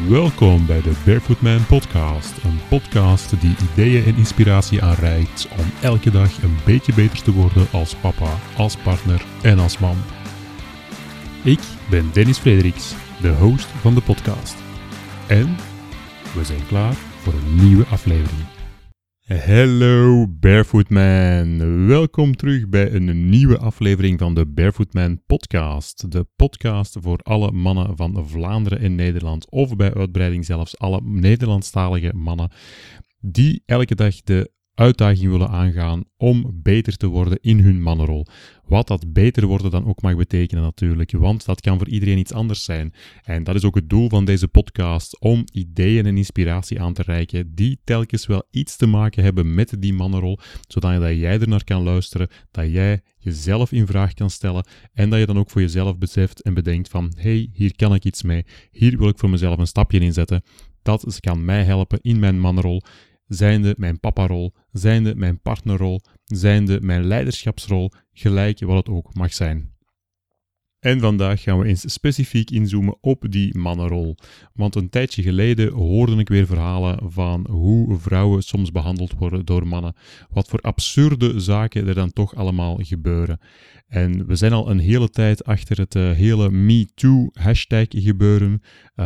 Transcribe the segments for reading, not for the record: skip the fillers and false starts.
Welkom bij de Barefoot Man podcast. Een podcast die ideeën en inspiratie aanreikt om elke dag een beetje beter te worden als papa, als partner en als man. Ik ben Dennis Frederiks, de host van de podcast. En we zijn klaar voor een nieuwe aflevering. Hallo Barefoot Man, welkom terug bij een nieuwe aflevering van de Barefoot Man podcast. De podcast voor alle mannen van Vlaanderen en Nederland, of bij uitbreiding zelfs alle Nederlandstalige mannen, die elke dag de uitdaging willen aangaan om beter te worden in hun mannenrol. Wat dat beter worden dan ook mag betekenen natuurlijk, want dat kan voor iedereen iets anders zijn. En dat is ook het doel van deze podcast, om ideeën en inspiratie aan te reiken die telkens wel iets te maken hebben met die mannenrol, zodat jij er naar kan luisteren, dat jij jezelf in vraag kan stellen en dat je dan ook voor jezelf beseft en bedenkt van hey, hier kan ik iets mee, hier wil ik voor mezelf een stapje in zetten. Dat kan mij helpen in mijn mannenrol. Zijnde mijn paparol, zijnde mijn partnerrol, zijnde mijn leiderschapsrol, gelijk wat het ook mag zijn. En vandaag gaan we eens specifiek inzoomen op die mannenrol. Want een tijdje geleden hoorde ik weer verhalen van hoe vrouwen soms behandeld worden door mannen. Wat voor absurde zaken er dan toch allemaal gebeuren. En we zijn al een hele tijd achter het hele MeToo hashtag gebeuren.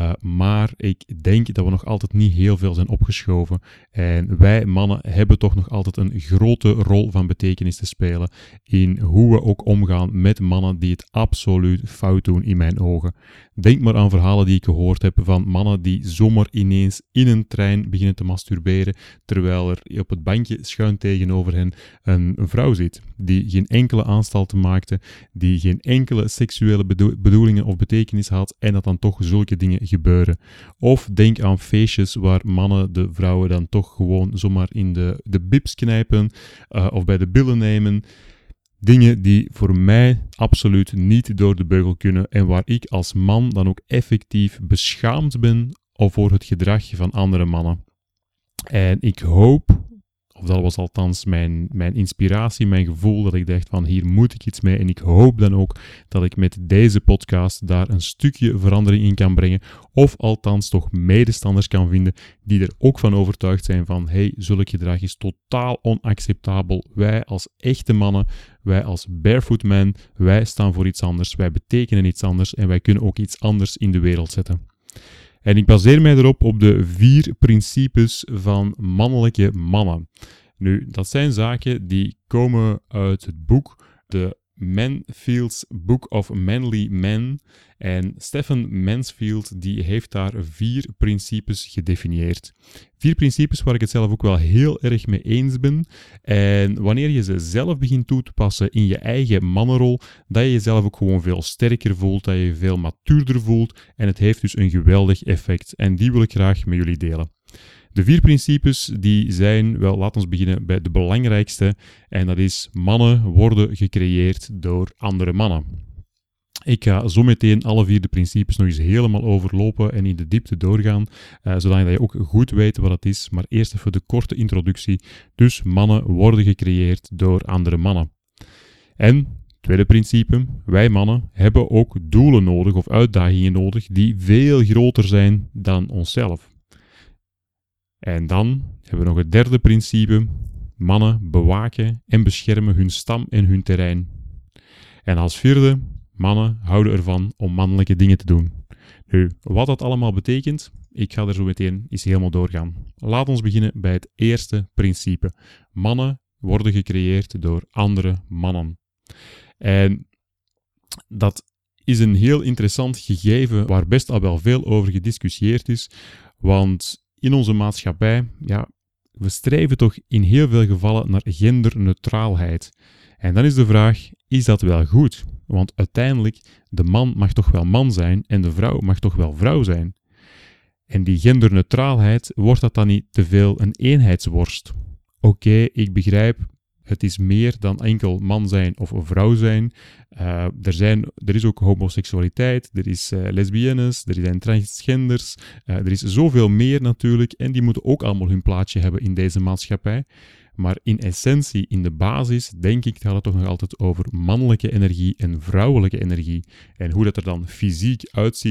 Maar ik denk dat we nog altijd niet heel veel zijn opgeschoven. En wij mannen hebben toch nog altijd een grote rol van betekenis te spelen in hoe we ook omgaan met mannen die het absoluut fout doen in mijn ogen. Denk maar aan verhalen die ik gehoord heb van mannen die zomaar ineens in een trein beginnen te masturberen, terwijl er op het bankje schuin tegenover hen een vrouw zit, die geen enkele aanstalten maakte, die geen enkele seksuele bedoelingen of betekenis had en dat dan toch zulke dingen gebeuren. Of denk aan feestjes waar mannen de vrouwen dan toch gewoon zomaar in de bibs knijpen of bij de billen nemen. Dingen die voor mij absoluut niet door de beugel kunnen en waar ik als man dan ook effectief beschaamd ben voor het gedrag van andere mannen. En ik hoop, of dat was althans mijn inspiratie, mijn gevoel, dat ik dacht van hier moet ik iets mee. En ik hoop dan ook dat ik met deze podcast daar een stukje verandering in kan brengen. Of althans toch medestanders kan vinden die er ook van overtuigd zijn van hey, zulk gedrag is totaal onacceptabel. Wij als echte mannen, wij als Barefoot Man, wij staan voor iets anders. Wij betekenen iets anders en wij kunnen ook iets anders in de wereld zetten. En ik baseer mij erop op de 4 principes van mannelijke mannen. Nu, dat zijn zaken die komen uit het boek The Mansfield's Book of Manly Men. En Stephen Mansfield die heeft daar 4 principes gedefinieerd. 4 principes waar ik het zelf ook wel heel erg mee eens ben. En wanneer je ze zelf begint toe te passen in je eigen mannenrol, dat je jezelf ook gewoon veel sterker voelt, dat je je veel matuurder voelt. En het heeft dus een geweldig effect. En die wil ik graag met jullie delen. De 4 principes die zijn, wel, laten we beginnen bij de belangrijkste. En dat is, mannen worden gecreëerd door andere mannen. Ik ga zo meteen alle 4 de principes nog eens helemaal overlopen en in de diepte doorgaan, zodat je ook goed weet wat het is. Maar eerst even de korte introductie. Dus mannen worden gecreëerd door andere mannen. En tweede principe, wij mannen hebben ook doelen nodig of uitdagingen nodig die veel groter zijn dan onszelf. En dan hebben we nog het derde principe. Mannen bewaken en beschermen hun stam en hun terrein. En als vierde, mannen houden ervan om mannelijke dingen te doen. Nu, wat dat allemaal betekent, ik ga er zo meteen eens helemaal doorgaan. Laat ons beginnen bij het eerste principe. Mannen worden gecreëerd door andere mannen. En dat is een heel interessant gegeven waar best al wel veel over gediscussieerd is, want in onze maatschappij, we streven toch in heel veel gevallen naar genderneutraalheid. En dan is de vraag, is dat wel goed? Want uiteindelijk, de man mag toch wel man zijn en de vrouw mag toch wel vrouw zijn. En die genderneutraalheid, wordt dat dan niet te veel een eenheidsworst? Oké, ik begrijp, het is meer dan enkel man zijn of vrouw zijn. Er is ook homoseksualiteit, er is lesbiennes, er zijn transgenders, er is zoveel meer natuurlijk en die moeten ook allemaal hun plaatsje hebben in deze maatschappij. Maar in essentie, in de basis, denk ik, gaat het toch nog altijd over mannelijke energie en vrouwelijke energie. En hoe dat er dan fysiek uitziet,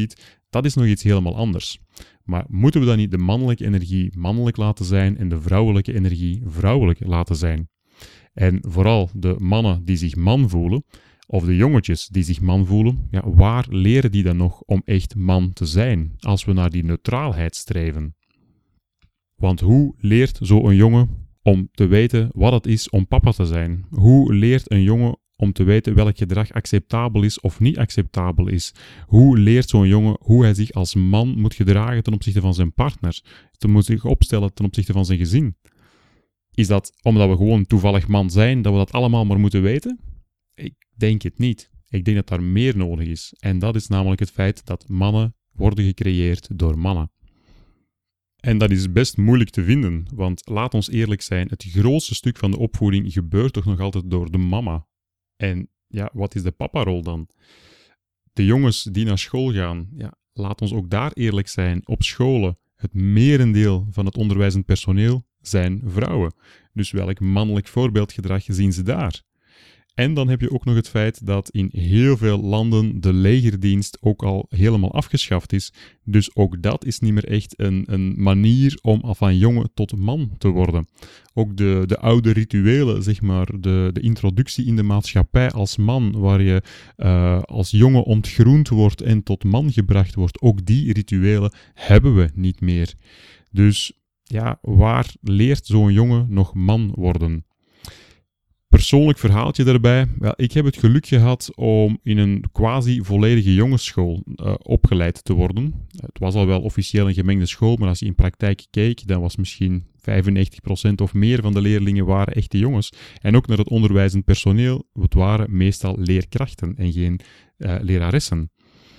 Dat is nog iets helemaal anders. Maar moeten we dan niet de mannelijke energie mannelijk laten zijn en de vrouwelijke energie vrouwelijk laten zijn? En vooral de mannen die zich man voelen, of de jongetjes die zich man voelen, ja, waar leren die dan nog om echt man te zijn, als we naar die neutraalheid streven? Want hoe leert zo'n jongen om te weten wat het is om papa te zijn? Hoe leert een jongen om te weten welk gedrag acceptabel is of niet acceptabel is? Hoe leert zo'n jongen hoe hij zich als man moet gedragen ten opzichte van zijn partner? Moet zich opstellen ten opzichte van zijn gezin? Is dat omdat we gewoon toevallig man zijn, dat we dat allemaal maar moeten weten? Ik denk het niet. Ik denk dat daar meer nodig is. En dat is namelijk het feit dat mannen worden gecreëerd door mannen. En dat is best moeilijk te vinden, want laat ons eerlijk zijn, het grootste stuk van de opvoeding gebeurt toch nog altijd door de mama. En ja, wat is de paparol dan? De jongens die naar school gaan, ja, laat ons ook daar eerlijk zijn. Op scholen, het merendeel van het onderwijzend personeel zijn vrouwen. Dus welk mannelijk voorbeeldgedrag zien ze daar? En dan heb je ook nog het feit dat in heel veel landen de legerdienst ook al helemaal afgeschaft is. Dus ook dat is niet meer echt een manier om van jongen tot man te worden. Ook de oude rituelen, zeg maar, de introductie in de maatschappij als man, waar je als jongen ontgroend wordt en tot man gebracht wordt, ook die rituelen hebben we niet meer. Dus ja, waar leert zo'n jongen nog man worden? Persoonlijk verhaaltje daarbij. Wel, ik heb het geluk gehad om in een quasi volledige jongensschool opgeleid te worden. Het was al wel officieel een gemengde school, maar als je in praktijk keek, dan was misschien 95% of meer van de leerlingen waren echte jongens. En ook naar het onderwijzend personeel, het waren meestal leerkrachten en geen leraressen.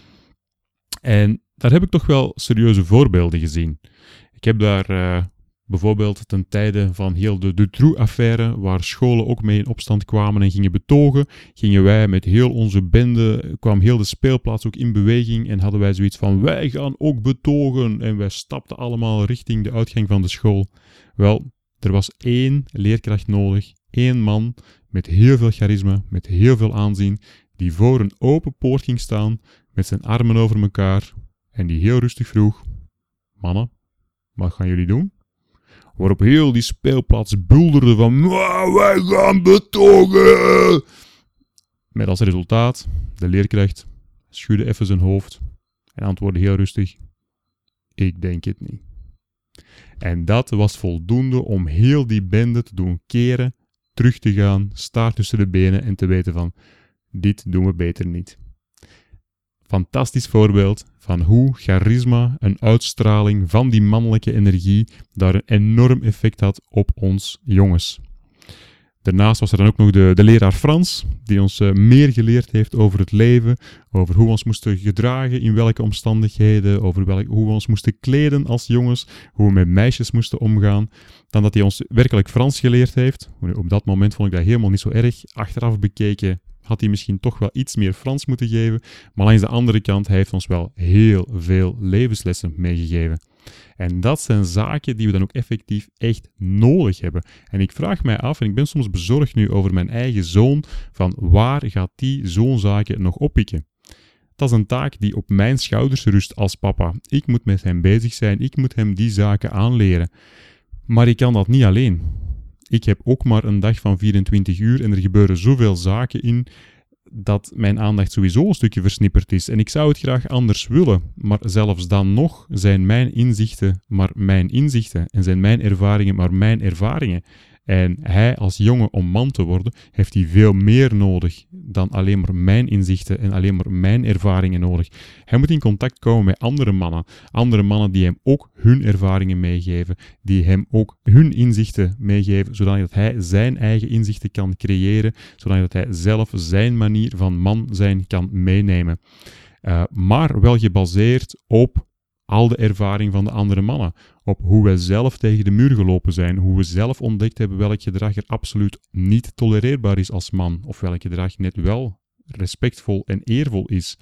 En daar heb ik toch wel serieuze voorbeelden gezien. Ik heb daar bijvoorbeeld ten tijde van heel de Dutroux-affaire, waar scholen ook mee in opstand kwamen en gingen betogen, gingen wij met heel onze bende, kwam heel de speelplaats ook in beweging en hadden wij zoiets van, wij gaan ook betogen. En wij stapten allemaal richting de uitgang van de school. Wel, er was 1 leerkracht nodig, 1 man met heel veel charisma, met heel veel aanzien, die voor een open poort ging staan, met zijn armen over elkaar en die heel rustig vroeg, mannen, wat gaan jullie doen? Waarop heel die speelplaats bulderde van, wij gaan betogen! Met als resultaat, de leerkracht schudde even zijn hoofd en antwoordde heel rustig, ik denk het niet. En dat was voldoende om heel die bende te doen keren, terug te gaan, staart tussen de benen en te weten van, dit doen we beter niet. Fantastisch voorbeeld van hoe charisma, een uitstraling van die mannelijke energie, daar een enorm effect had op ons jongens. Daarnaast was er dan ook nog de leraar Frans, die ons meer geleerd heeft over het leven, over hoe we ons moesten gedragen, in welke omstandigheden, over hoe we ons moesten kleden als jongens, hoe we met meisjes moesten omgaan, dan dat hij ons werkelijk Frans geleerd heeft. Op dat moment vond ik dat helemaal niet zo erg. Achteraf bekeken had hij misschien toch wel iets meer Frans moeten geven, maar langs de andere kant, hij heeft ons wel heel veel levenslessen meegegeven. En dat zijn zaken die we dan ook effectief echt nodig hebben. En ik vraag mij af, en ik ben soms bezorgd nu over mijn eigen zoon, van waar gaat die zo'n zaken nog oppikken? Dat is een taak die op mijn schouders rust als papa. Ik moet met hem bezig zijn, ik moet hem die zaken aanleren. Maar ik kan dat niet alleen. Ik heb ook maar een dag van 24 uur en er gebeuren zoveel zaken in dat mijn aandacht sowieso een stukje versnipperd is. En ik zou het graag anders willen, maar zelfs dan nog zijn mijn inzichten maar mijn inzichten en zijn mijn ervaringen maar mijn ervaringen. En hij als jongen om man te worden, heeft hij veel meer nodig dan alleen maar mijn inzichten en alleen maar mijn ervaringen nodig. Hij moet in contact komen met andere mannen die hem ook hun ervaringen meegeven, die hem ook hun inzichten meegeven, zodat hij zijn eigen inzichten kan creëren, zodat hij zelf zijn manier van man zijn kan meenemen. Maar wel gebaseerd op al de ervaring van de andere mannen. Op hoe wij zelf tegen de muur gelopen zijn. Hoe we zelf ontdekt hebben welk gedrag er absoluut niet tolereerbaar is als man. Of welk gedrag net wel respectvol en eervol is.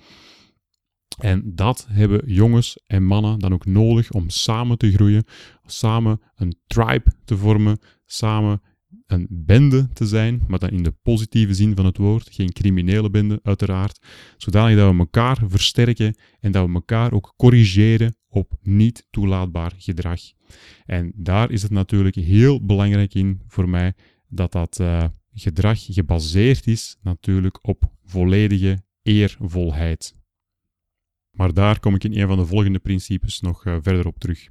En dat hebben jongens en mannen dan ook nodig om samen te groeien. Samen een tribe te vormen. Samen een bende te zijn, maar dan in de positieve zin van het woord, geen criminele bende uiteraard, zodanig dat we elkaar versterken en dat we elkaar ook corrigeren op niet toelaatbaar gedrag. En daar is het natuurlijk heel belangrijk in voor mij dat gedrag gebaseerd is natuurlijk op volledige eervolheid. Maar daar kom ik in een van de volgende principes nog verder op terug.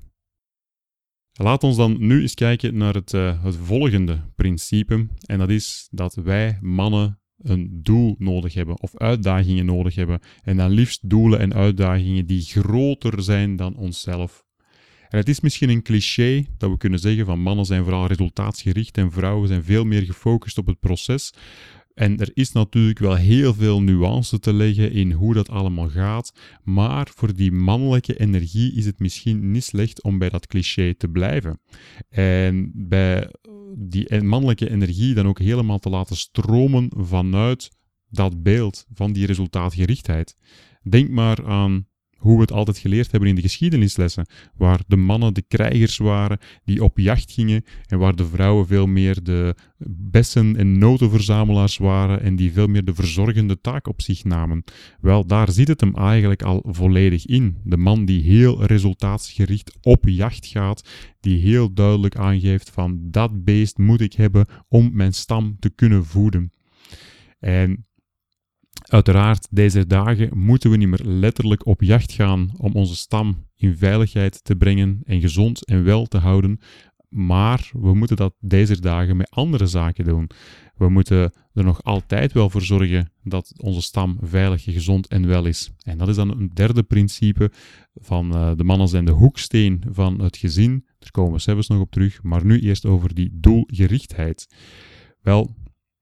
Laat ons dan nu eens kijken naar het volgende principe. En dat is dat wij mannen een doel nodig hebben of uitdagingen nodig hebben. En dan liefst doelen en uitdagingen die groter zijn dan onszelf. En het is misschien een cliché dat we kunnen zeggen van mannen zijn vooral resultaatsgericht en vrouwen zijn veel meer gefocust op het proces. En er is natuurlijk wel heel veel nuance te leggen in hoe dat allemaal gaat, maar voor die mannelijke energie is het misschien niet slecht om bij dat cliché te blijven. En bij die mannelijke energie dan ook helemaal te laten stromen vanuit dat beeld van die resultaatgerichtheid. Denk maar aan hoe we het altijd geleerd hebben in de geschiedenislessen, waar de mannen de krijgers waren die op jacht gingen en waar de vrouwen veel meer de bessen- en notenverzamelaars waren en die veel meer de verzorgende taak op zich namen. Wel, daar zit het hem eigenlijk al volledig in. De man die heel resultaatsgericht op jacht gaat, die heel duidelijk aangeeft van dat beest moet ik hebben om mijn stam te kunnen voeden. En uiteraard, deze dagen moeten we niet meer letterlijk op jacht gaan om onze stam in veiligheid te brengen en gezond en wel te houden, maar we moeten dat deze dagen met andere zaken doen. We moeten er nog altijd wel voor zorgen dat onze stam veilig, gezond en wel is. En dat is dan een derde principe van de mannen zijn de hoeksteen van het gezin. Daar komen we zelfs nog op terug, maar nu eerst over die doelgerichtheid. Wel,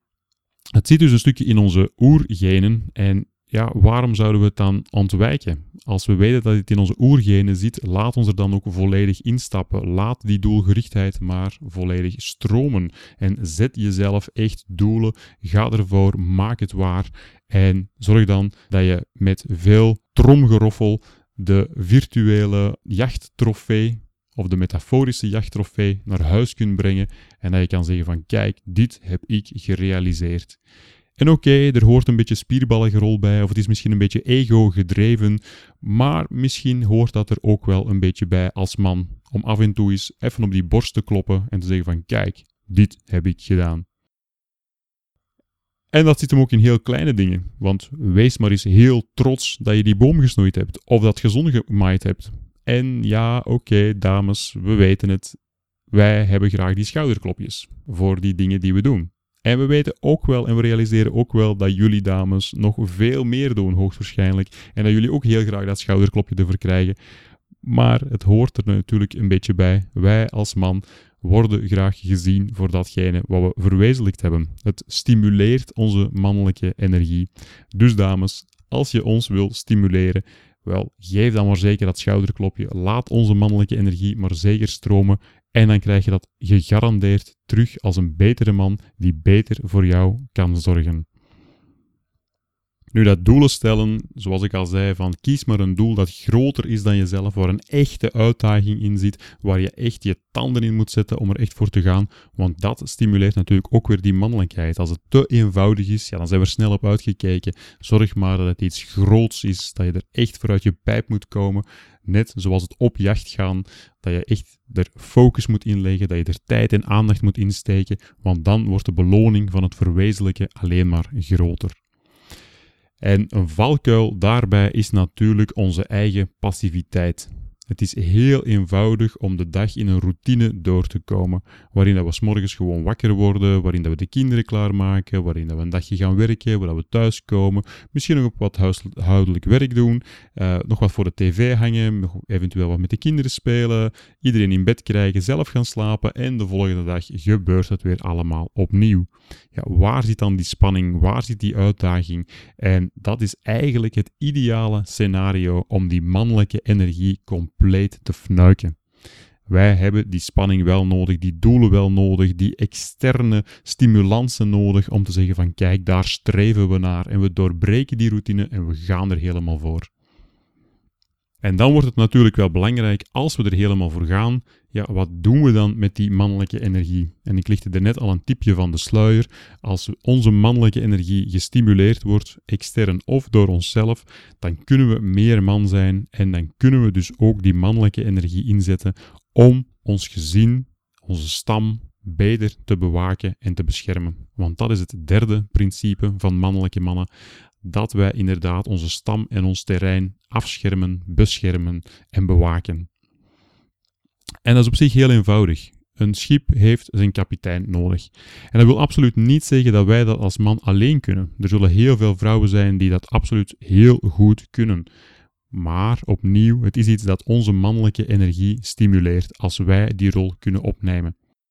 het zit dus een stukje in onze oergenen en ja, waarom zouden we het dan ontwijken? Als we weten dat het in onze oergenen zit, laat ons er dan ook volledig instappen. Laat die doelgerichtheid maar volledig stromen en zet jezelf echt doelen. Ga ervoor, maak het waar en zorg dan dat je met veel tromgeroffel de virtuele jachttrofee of de metaforische jachttrofee naar huis kunt brengen en dat je kan zeggen van kijk, dit heb ik gerealiseerd. En oké, er hoort een beetje spierballengerol bij of het is misschien een beetje ego gedreven, maar misschien hoort dat er ook wel een beetje bij als man om af en toe eens even op die borst te kloppen en te zeggen van kijk, dit heb ik gedaan. En dat zit hem ook in heel kleine dingen, want wees maar eens heel trots dat je die boom gesnoeid hebt of dat je zon gemaaid hebt. En ja, oké, dames, we weten het. Wij hebben graag die schouderklopjes voor die dingen die we doen. En we weten ook wel en we realiseren ook wel dat jullie dames nog veel meer doen, hoogstwaarschijnlijk. En dat jullie ook heel graag dat schouderklopje ervoor krijgen. Maar het hoort er natuurlijk een beetje bij. Wij als man worden graag gezien voor datgene wat we verwezenlijkt hebben. Het stimuleert onze mannelijke energie. Dus dames, als je ons wil stimuleren, wel, geef dan maar zeker dat schouderklopje. Laat onze mannelijke energie maar zeker stromen. En dan krijg je dat gegarandeerd terug als een betere man die beter voor jou kan zorgen. Nu, dat doelen stellen, zoals ik al zei, van kies maar een doel dat groter is dan jezelf, waar een echte uitdaging in zit, waar je echt je tanden in moet zetten om er echt voor te gaan, want dat stimuleert natuurlijk ook weer die mannelijkheid. Als het te eenvoudig is, ja, dan zijn we er snel op uitgekeken. Zorg maar dat het iets groots is, dat je er echt voor uit je pijp moet komen, net zoals het op jacht gaan, dat je echt er focus moet inleggen, dat je er tijd en aandacht moet insteken, want dan wordt de beloning van het verwezenlijken alleen maar groter. En een valkuil daarbij is natuurlijk onze eigen passiviteit. Het is heel eenvoudig om de dag in een routine door te komen, waarin dat we 's morgens gewoon wakker worden, waarin dat we de kinderen klaarmaken, waarin dat we een dagje gaan werken, waar dat we thuiskomen, misschien nog wat huishoudelijk werk doen, nog wat voor de tv hangen, nog eventueel wat met de kinderen spelen, iedereen in bed krijgen, zelf gaan slapen en de volgende dag gebeurt het weer allemaal opnieuw. Ja, waar zit dan die spanning? Waar zit die uitdaging? En dat is eigenlijk het ideale scenario om die mannelijke energie compleet te fnuiken. Wij hebben die spanning wel nodig, die doelen wel nodig, die externe stimulansen nodig om te zeggen van kijk, daar streven we naar en we doorbreken die routine en we gaan er helemaal voor. En dan wordt het natuurlijk wel belangrijk, als we er helemaal voor gaan, ja, wat doen we dan met die mannelijke energie? En ik lichtte er net al een tipje van de sluier. Als onze mannelijke energie gestimuleerd wordt, extern of door onszelf, dan kunnen we meer man zijn en dan kunnen we dus ook die mannelijke energie inzetten om ons gezin, onze stam, beter te bewaken en te beschermen. Want dat is het derde principe van mannelijke mannen, dat wij inderdaad onze stam en ons terrein afschermen, beschermen en bewaken. En dat is op zich heel eenvoudig. Een schip heeft zijn kapitein nodig. En dat wil absoluut niet zeggen dat wij dat als man alleen kunnen. Er zullen heel veel vrouwen zijn die dat absoluut heel goed kunnen. Maar opnieuw, het is iets dat onze mannelijke energie stimuleert als wij die rol kunnen opnemen.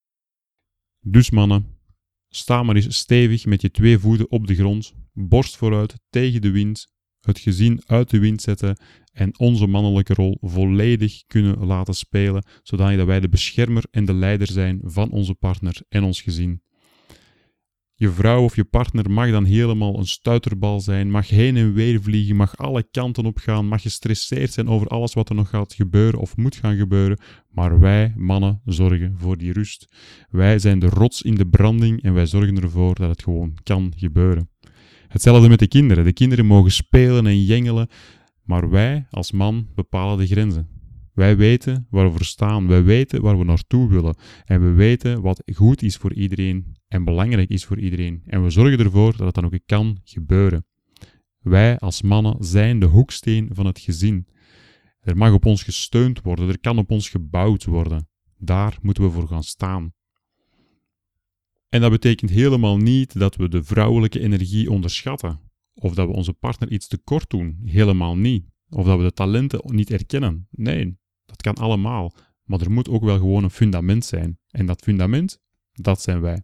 Dus mannen, sta maar eens stevig met je 2 voeten op de grond, borst vooruit tegen de wind, het gezin uit de wind zetten en onze mannelijke rol volledig kunnen laten spelen, zodat wij de beschermer en de leider zijn van onze partner en ons gezin. Je vrouw of je partner mag dan helemaal een stuiterbal zijn, mag heen en weer vliegen, mag alle kanten op gaan, mag gestresseerd zijn over alles wat er nog gaat gebeuren of moet gaan gebeuren, maar wij, mannen, zorgen voor die rust. Wij zijn de rots in de branding en wij zorgen ervoor dat het gewoon kan gebeuren. Hetzelfde met de kinderen. De kinderen mogen spelen en jengelen, maar wij als man bepalen de grenzen. Wij weten waar we voor staan, wij weten waar we naartoe willen en we weten wat goed is voor iedereen en belangrijk is voor iedereen. En we zorgen ervoor dat het dan ook kan gebeuren. Wij als mannen zijn de hoeksteen van het gezin. Er mag op ons gesteund worden, er kan op ons gebouwd worden. Daar moeten we voor gaan staan. En dat betekent helemaal niet dat we de vrouwelijke energie onderschatten. Of dat we onze partner iets tekort doen. Helemaal niet. Of dat we de talenten niet erkennen. Nee, dat kan allemaal. Maar er moet ook wel gewoon een fundament zijn. En dat fundament, dat zijn wij.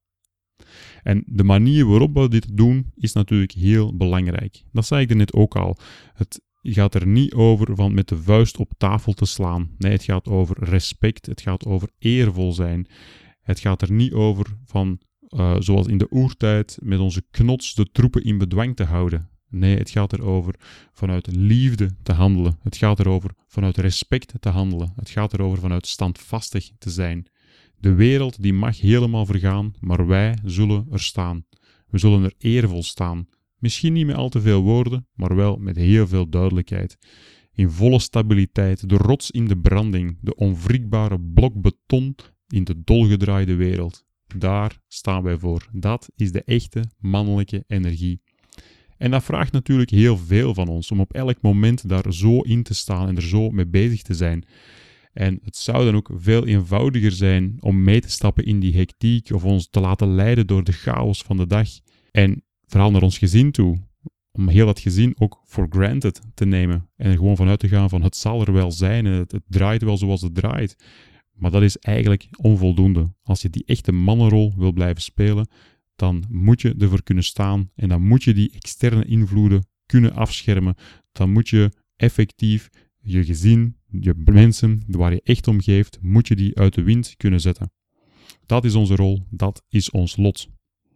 En de manier waarop we dit doen, is natuurlijk heel belangrijk. Dat zei ik er net ook al. Het gaat er niet over van met de vuist op tafel te slaan. Nee, het gaat over respect. Het gaat over eervol zijn. Het gaat er niet over van, zoals in de oertijd, met onze knots de troepen in bedwang te houden. Nee, het gaat erover vanuit liefde te handelen. Het gaat erover vanuit respect te handelen. Het gaat erover vanuit standvastig te zijn. De wereld die mag helemaal vergaan, maar wij zullen er staan. We zullen er eervol staan. Misschien niet met al te veel woorden, maar wel met heel veel duidelijkheid. In volle stabiliteit, de rots in de branding, de onwrikbare blok beton in de dolgedraaide wereld. Daar staan wij voor. Dat is de echte mannelijke energie. En dat vraagt natuurlijk heel veel van ons, om op elk moment daar zo in te staan en er zo mee bezig te zijn. En het zou dan ook veel eenvoudiger zijn om mee te stappen in die hectiek of ons te laten leiden door de chaos van de dag. En vooral naar ons gezin toe, om heel dat gezin ook for granted te nemen en er gewoon vanuit te gaan van het zal er wel zijn en het draait wel zoals het draait. Maar dat is eigenlijk onvoldoende. Als je die echte mannenrol wil blijven spelen, dan moet je ervoor kunnen staan en dan moet je die externe invloeden kunnen afschermen. Dan moet je effectief je gezin, je mensen waar je echt om geeft, moet je die uit de wind kunnen zetten. Dat is onze rol, dat is ons lot.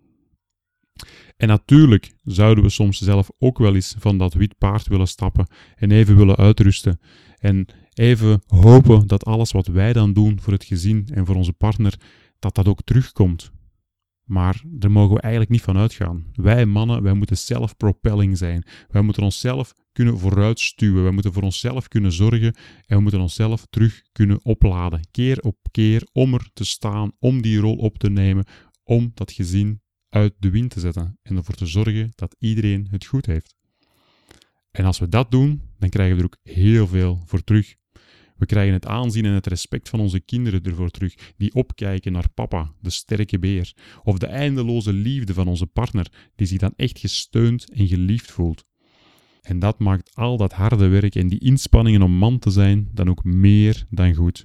En natuurlijk zouden we soms zelf ook wel eens van dat wit paard willen stappen en even willen uitrusten. En even hopen dat alles wat wij dan doen voor het gezin en voor onze partner, dat dat ook terugkomt. Maar daar mogen we eigenlijk niet van uitgaan. Wij mannen, wij moeten self-propelling zijn. Wij moeten onszelf kunnen vooruitstuwen. Wij moeten voor onszelf kunnen zorgen en we moeten onszelf terug kunnen opladen. Keer op keer om er te staan, om die rol op te nemen, om dat gezin uit de wind te zetten en ervoor te zorgen dat iedereen het goed heeft. En als we dat doen, dan krijgen we er ook heel veel voor terug. We krijgen het aanzien en het respect van onze kinderen ervoor terug, die opkijken naar papa, de sterke beer, of de eindeloze liefde van onze partner, die zich dan echt gesteund en geliefd voelt. En dat maakt al dat harde werk en die inspanningen om man te zijn dan ook meer dan goed.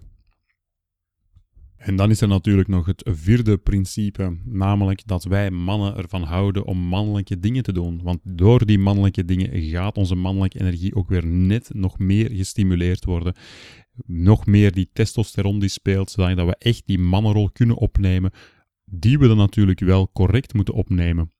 En dan is er natuurlijk nog het vierde principe, namelijk dat wij mannen ervan houden om mannelijke dingen te doen. Want door die mannelijke dingen gaat onze mannelijke energie ook weer net nog meer gestimuleerd worden. Nog meer die testosteron die speelt, zodat we echt die mannenrol kunnen opnemen, die we dan natuurlijk wel correct moeten opnemen.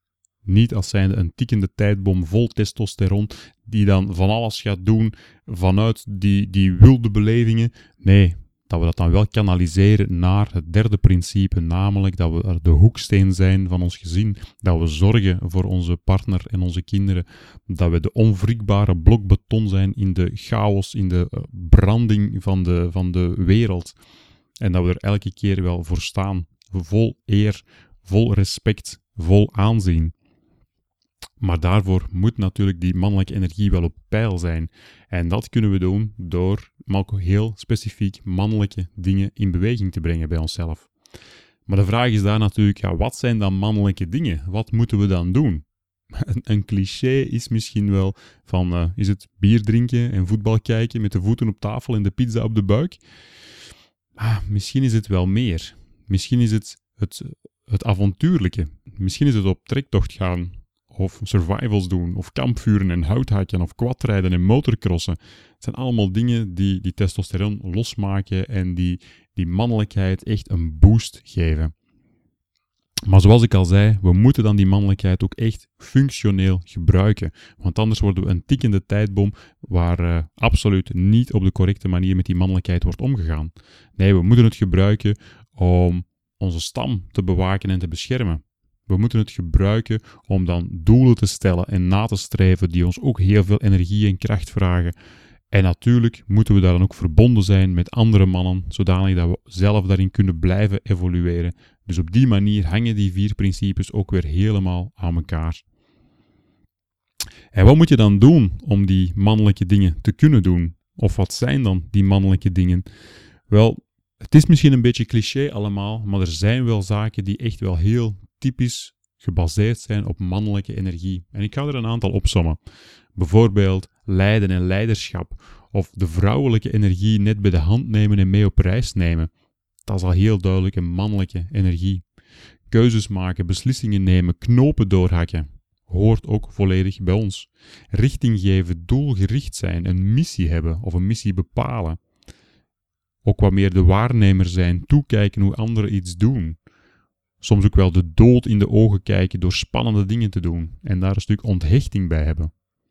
Niet als zijnde een tikkende tijdbom vol testosteron die dan van alles gaat doen vanuit die wilde belevingen. Nee, dat we dat dan wel kanaliseren naar het derde principe, namelijk dat we de hoeksteen zijn van ons gezin, dat we zorgen voor onze partner en onze kinderen, dat we de onwrikbare blok beton zijn in de chaos, in de branding van de wereld. En dat we er elke keer wel voor staan, vol eer, vol respect, vol aanzien. Maar daarvoor moet natuurlijk die mannelijke energie wel op peil zijn. En dat kunnen we doen door ook heel specifiek mannelijke dingen in beweging te brengen bij onszelf. Maar de vraag is daar natuurlijk, wat zijn dan mannelijke dingen? Wat moeten we dan doen? Een cliché is misschien wel van, is het bier drinken en voetbal kijken met de voeten op tafel en de pizza op de buik? Misschien is het wel meer. Misschien is het avontuurlijke. Misschien is het op trektocht gaan. Of survivals doen, of kampvuren en houthakken, of quadrijden en motorcrossen. Het zijn allemaal dingen die testosteron losmaken en die mannelijkheid echt een boost geven. Maar zoals ik al zei, we moeten dan die mannelijkheid ook echt functioneel gebruiken. Want anders worden we een tikkende tijdbom waar absoluut niet op de correcte manier met die mannelijkheid wordt omgegaan. Nee, we moeten het gebruiken om onze stam te bewaken en te beschermen. We moeten het gebruiken om dan doelen te stellen en na te streven die ons ook heel veel energie en kracht vragen. En natuurlijk moeten we daar dan ook verbonden zijn met andere mannen, zodanig dat we zelf daarin kunnen blijven evolueren. Dus op die manier hangen die 4 principes ook weer helemaal aan elkaar. En wat moet je dan doen om die mannelijke dingen te kunnen doen? Of wat zijn dan die mannelijke dingen? Wel, het is misschien een beetje cliché allemaal, maar er zijn wel zaken die echt wel heel typisch gebaseerd zijn op mannelijke energie. En ik ga er een aantal opsommen. Bijvoorbeeld leiden en leiderschap, of de vrouwelijke energie net bij de hand nemen en mee op reis nemen. Dat is al heel duidelijk een mannelijke energie. Keuzes maken, beslissingen nemen, knopen doorhakken, hoort ook volledig bij ons. Richting geven, doelgericht zijn, een missie hebben of een missie bepalen. Ook wat meer de waarnemer zijn, toekijken hoe anderen iets doen. Soms ook wel de dood in de ogen kijken door spannende dingen te doen en daar een stuk onthechting bij hebben.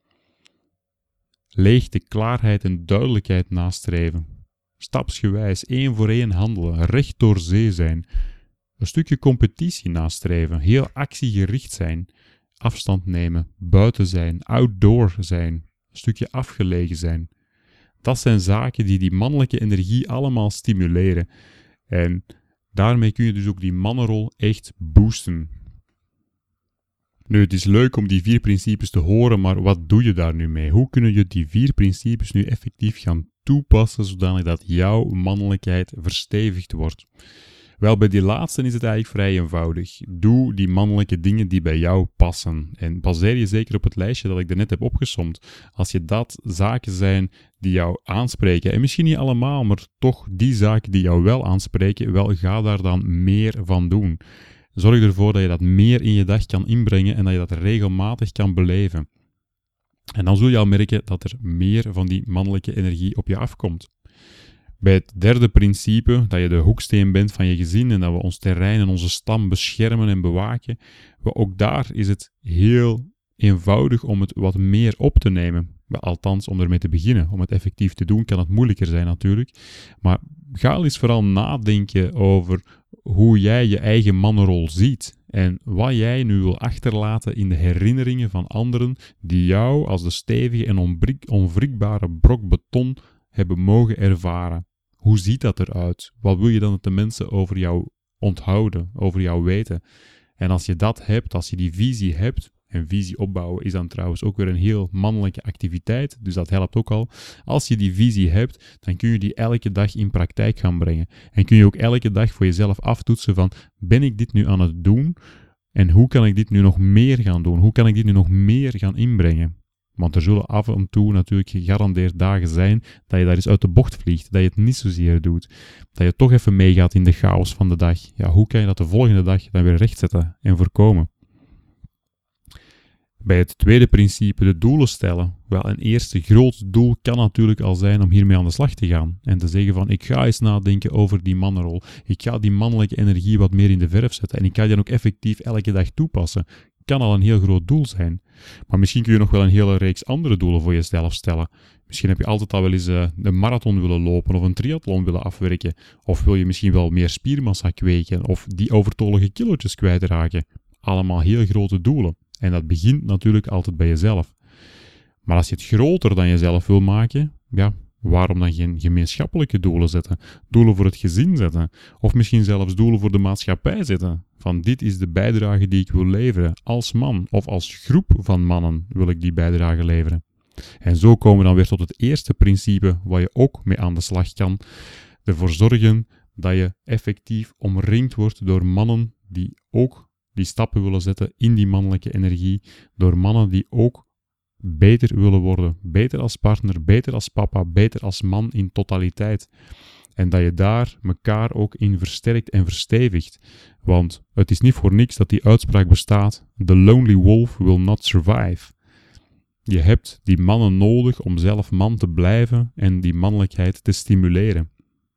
Leegte, klaarheid en duidelijkheid nastreven. Stapsgewijs, 1 voor 1 handelen, recht door zee zijn. Een stukje competitie nastreven, heel actiegericht zijn. Afstand nemen, buiten zijn, outdoor zijn, een stukje afgelegen zijn. Dat zijn zaken die mannelijke energie allemaal stimuleren. En daarmee kun je dus ook die mannenrol echt boosten. Nu, het is leuk om die 4 principes te horen, maar wat doe je daar nu mee? Hoe kunnen je die 4 principes nu effectief gaan toepassen, zodanig dat jouw mannelijkheid verstevigd wordt? Wel, bij die laatste is het eigenlijk vrij eenvoudig. Doe die mannelijke dingen die bij jou passen. En baseer je zeker op het lijstje dat ik er net heb opgesomd. Als je dat zaken zijn die jou aanspreken, en misschien niet allemaal, maar toch die zaken die jou wel aanspreken, wel, ga daar dan meer van doen. Zorg ervoor dat je dat meer in je dag kan inbrengen en dat je dat regelmatig kan beleven. En dan zul je al merken dat er meer van die mannelijke energie op je afkomt. Bij het derde principe, dat je de hoeksteen bent van je gezin en dat we ons terrein en onze stam beschermen en bewaken, ook daar is het heel eenvoudig om het wat meer op te nemen. Althans, om ermee te beginnen. Om het effectief te doen kan het moeilijker zijn natuurlijk. Maar ga eens vooral nadenken over hoe jij je eigen mannenrol ziet. En wat jij nu wil achterlaten in de herinneringen van anderen die jou als de stevige en onwrikbare brok beton hebben mogen ervaren. Hoe ziet dat eruit? Wat wil je dan dat de mensen over jou onthouden, over jou weten? En als je dat hebt, als je die visie hebt, en visie opbouwen is dan trouwens ook weer een heel mannelijke activiteit, dus dat helpt ook al. Als je die visie hebt, dan kun je die elke dag in praktijk gaan brengen. En kun je ook elke dag voor jezelf aftoetsen van, ben ik dit nu aan het doen? En hoe kan ik dit nu nog meer gaan doen? Hoe kan ik dit nu nog meer gaan inbrengen? Want er zullen af en toe natuurlijk gegarandeerd dagen zijn dat je daar eens uit de bocht vliegt, dat je het niet zozeer doet, dat je toch even meegaat in de chaos van de dag. Ja, hoe kan je dat de volgende dag dan weer rechtzetten en voorkomen? Bij het tweede principe, de doelen stellen. Wel, een eerste groot doel kan natuurlijk al zijn om hiermee aan de slag te gaan. En te zeggen van, ik ga eens nadenken over die mannenrol. Ik ga die mannelijke energie wat meer in de verf zetten. En ik ga die dan ook effectief elke dag toepassen. kan al een heel groot doel zijn. Maar misschien kun je nog wel een hele reeks andere doelen voor jezelf stellen. Misschien heb je altijd al wel eens een marathon willen lopen of een triathlon willen afwerken. Of wil je misschien wel meer spiermassa kweken of die overtollige kilootjes kwijtraken. Allemaal heel grote doelen. En dat begint natuurlijk altijd bij jezelf. Maar als je het groter dan jezelf wil maken, ja, waarom dan geen gemeenschappelijke doelen zetten? Doelen voor het gezin zetten? Of misschien zelfs doelen voor de maatschappij zetten? Van dit is de bijdrage die ik wil leveren. Als man of als groep van mannen wil ik die bijdrage leveren. En zo komen we dan weer tot het eerste principe waar je ook mee aan de slag kan. Ervoor zorgen dat je effectief omringd wordt door mannen die ook die stappen willen zetten in die mannelijke energie. Door mannen die ook beter willen worden. Beter als partner, beter als papa, beter als man in totaliteit. En dat je daar elkaar ook in versterkt en verstevigt. Want het is niet voor niks dat die uitspraak bestaat. The lonely wolf will not survive. Je hebt die mannen nodig om zelf man te blijven en die mannelijkheid te stimuleren.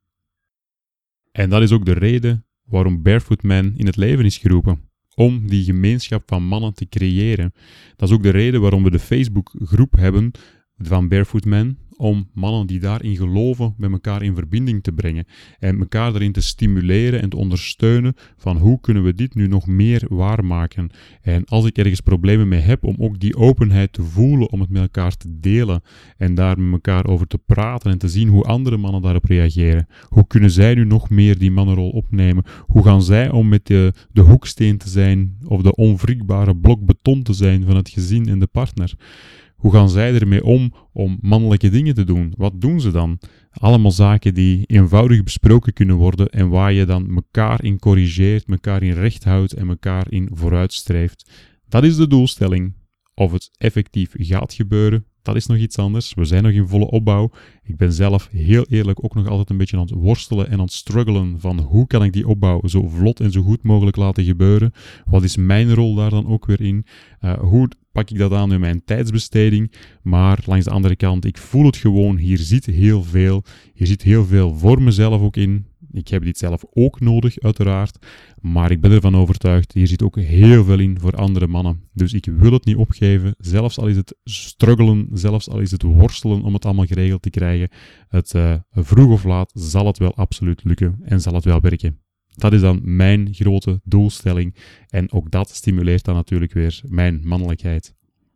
En dat is ook de reden waarom Barefoot Man in het leven is geroepen. Om die gemeenschap van mannen te creëren. Dat is ook de reden waarom we de Facebookgroep hebben van Barefoot Man, om mannen die daarin geloven met elkaar in verbinding te brengen en elkaar daarin te stimuleren en te ondersteunen van hoe kunnen we dit nu nog meer waarmaken. En als ik ergens problemen mee heb, om ook die openheid te voelen, om het met elkaar te delen en daar met elkaar over te praten en te zien hoe andere mannen daarop reageren. Hoe kunnen zij nu nog meer die mannenrol opnemen? Hoe gaan zij om met de hoeksteen te zijn of de onwrikbare blok beton te zijn van het gezin en de partner? Hoe gaan zij ermee om mannelijke dingen te doen? Wat doen ze dan? Allemaal zaken die eenvoudig besproken kunnen worden en waar je dan elkaar in corrigeert, elkaar in recht houdt en elkaar in vooruitstreeft. Dat is de doelstelling. Of het effectief gaat gebeuren, dat is nog iets anders. We zijn nog in volle opbouw. Ik ben zelf heel eerlijk ook nog altijd een beetje aan het worstelen en aan het struggelen van hoe kan ik die opbouw zo vlot en zo goed mogelijk laten gebeuren? Wat is mijn rol daar dan ook weer in? Hoe pak ik dat aan in mijn tijdsbesteding? Maar langs de andere kant, ik voel het gewoon, hier zit heel veel. Hier zit heel veel voor mezelf ook in. Ik heb dit zelf ook nodig, uiteraard. Maar ik ben ervan overtuigd, hier zit ook heel veel in voor andere mannen. Dus ik wil het niet opgeven, zelfs al is het struggelen, zelfs al is het worstelen om het allemaal geregeld te krijgen. Vroeg of laat zal het wel absoluut lukken en zal het wel werken. Dat is dan mijn grote doelstelling. En ook dat stimuleert dan natuurlijk weer mijn mannelijkheid.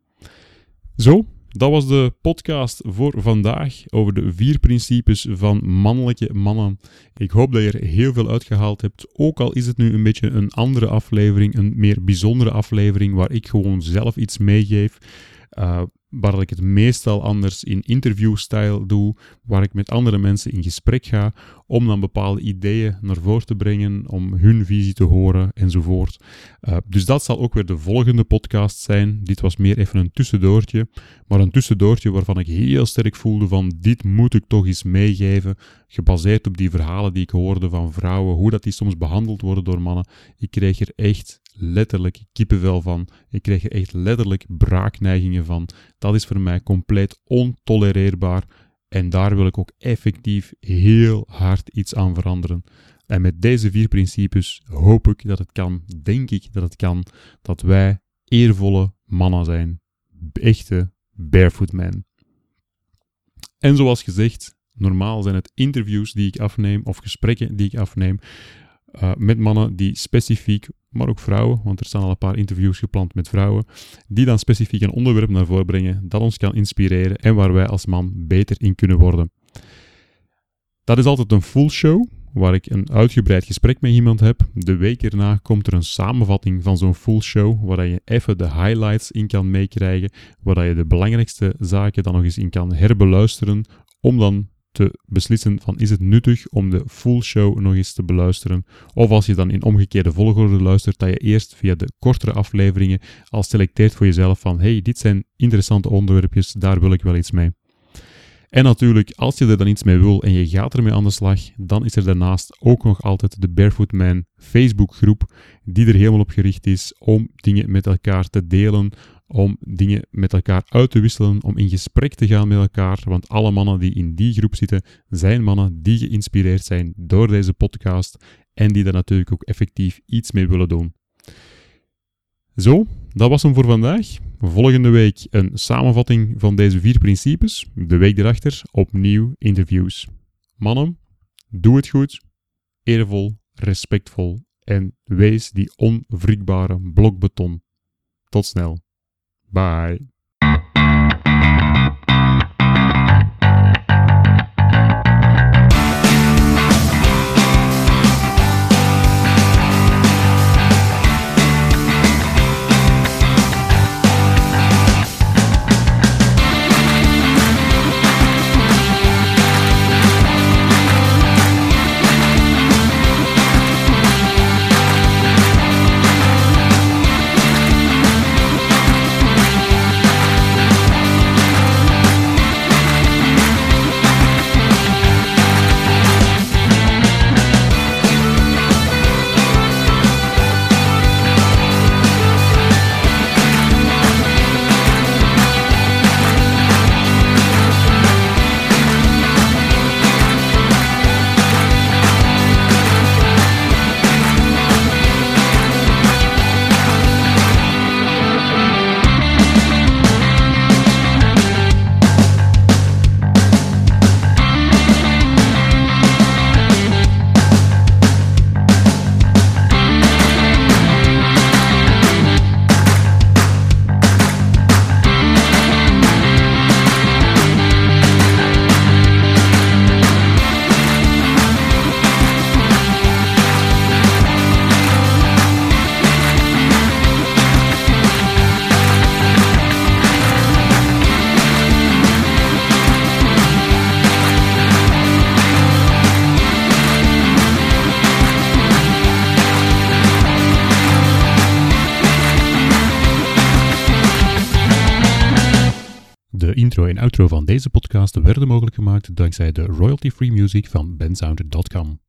Zo, dat was de podcast voor vandaag over de 4 principes van mannelijke mannen. Ik hoop dat je er heel veel uitgehaald hebt. Ook al is het nu een beetje een andere aflevering, een meer bijzondere aflevering, waar ik gewoon zelf iets meegeef. Waar ik het meestal anders in interviewstijl doe, waar ik met andere mensen in gesprek ga, om dan bepaalde ideeën naar voren te brengen, om hun visie te horen, enzovoort. Dus dat zal ook weer de volgende podcast zijn. Dit was meer even een tussendoortje, maar een tussendoortje waarvan ik heel sterk voelde van, dit moet ik toch eens meegeven, gebaseerd op die verhalen die ik hoorde van vrouwen, hoe dat die soms behandeld worden door mannen. Ik kreeg er echt letterlijk kippenvel van. Ik kreeg er echt letterlijk braakneigingen van. Dat is voor mij compleet ontolereerbaar en daar wil ik ook effectief heel hard iets aan veranderen. En met deze 4 principes hoop ik dat het kan, denk ik dat het kan, dat wij eervolle mannen zijn. Echte Barefoot Man. En zoals gezegd, normaal zijn het interviews die ik afneem of gesprekken die ik afneem met mannen die specifiek, maar ook vrouwen, want er staan al een paar interviews gepland met vrouwen, die dan specifiek een onderwerp naar voren brengen dat ons kan inspireren en waar wij als man beter in kunnen worden. Dat is altijd een full show, waar ik een uitgebreid gesprek met iemand heb. De week erna komt er een samenvatting van zo'n full show, waar je even de highlights in kan meekrijgen, waar je de belangrijkste zaken dan nog eens in kan herbeluisteren, om dan te beslissen van is het nuttig om de full show nog eens te beluisteren. Of als je dan in omgekeerde volgorde luistert, dat je eerst via de kortere afleveringen al selecteert voor jezelf van hey, dit zijn interessante onderwerpjes, daar wil ik wel iets mee. En natuurlijk, als je er dan iets mee wil en je gaat ermee aan de slag, dan is er daarnaast ook nog altijd de Barefoot Man Facebookgroep, die er helemaal op gericht is om dingen met elkaar te delen, om dingen met elkaar uit te wisselen, om in gesprek te gaan met elkaar, want alle mannen die in die groep zitten, zijn mannen die geïnspireerd zijn door deze podcast en die daar natuurlijk ook effectief iets mee willen doen. Zo, dat was hem voor vandaag. Volgende week een samenvatting van deze 4 principes. De week erachter opnieuw interviews. Mannen, doe het goed, eervol, respectvol en wees die onwrikbare blok beton. Tot snel. Bye. De intro en outro van deze podcast werden mogelijk gemaakt dankzij de royalty-free music van bensounder.com.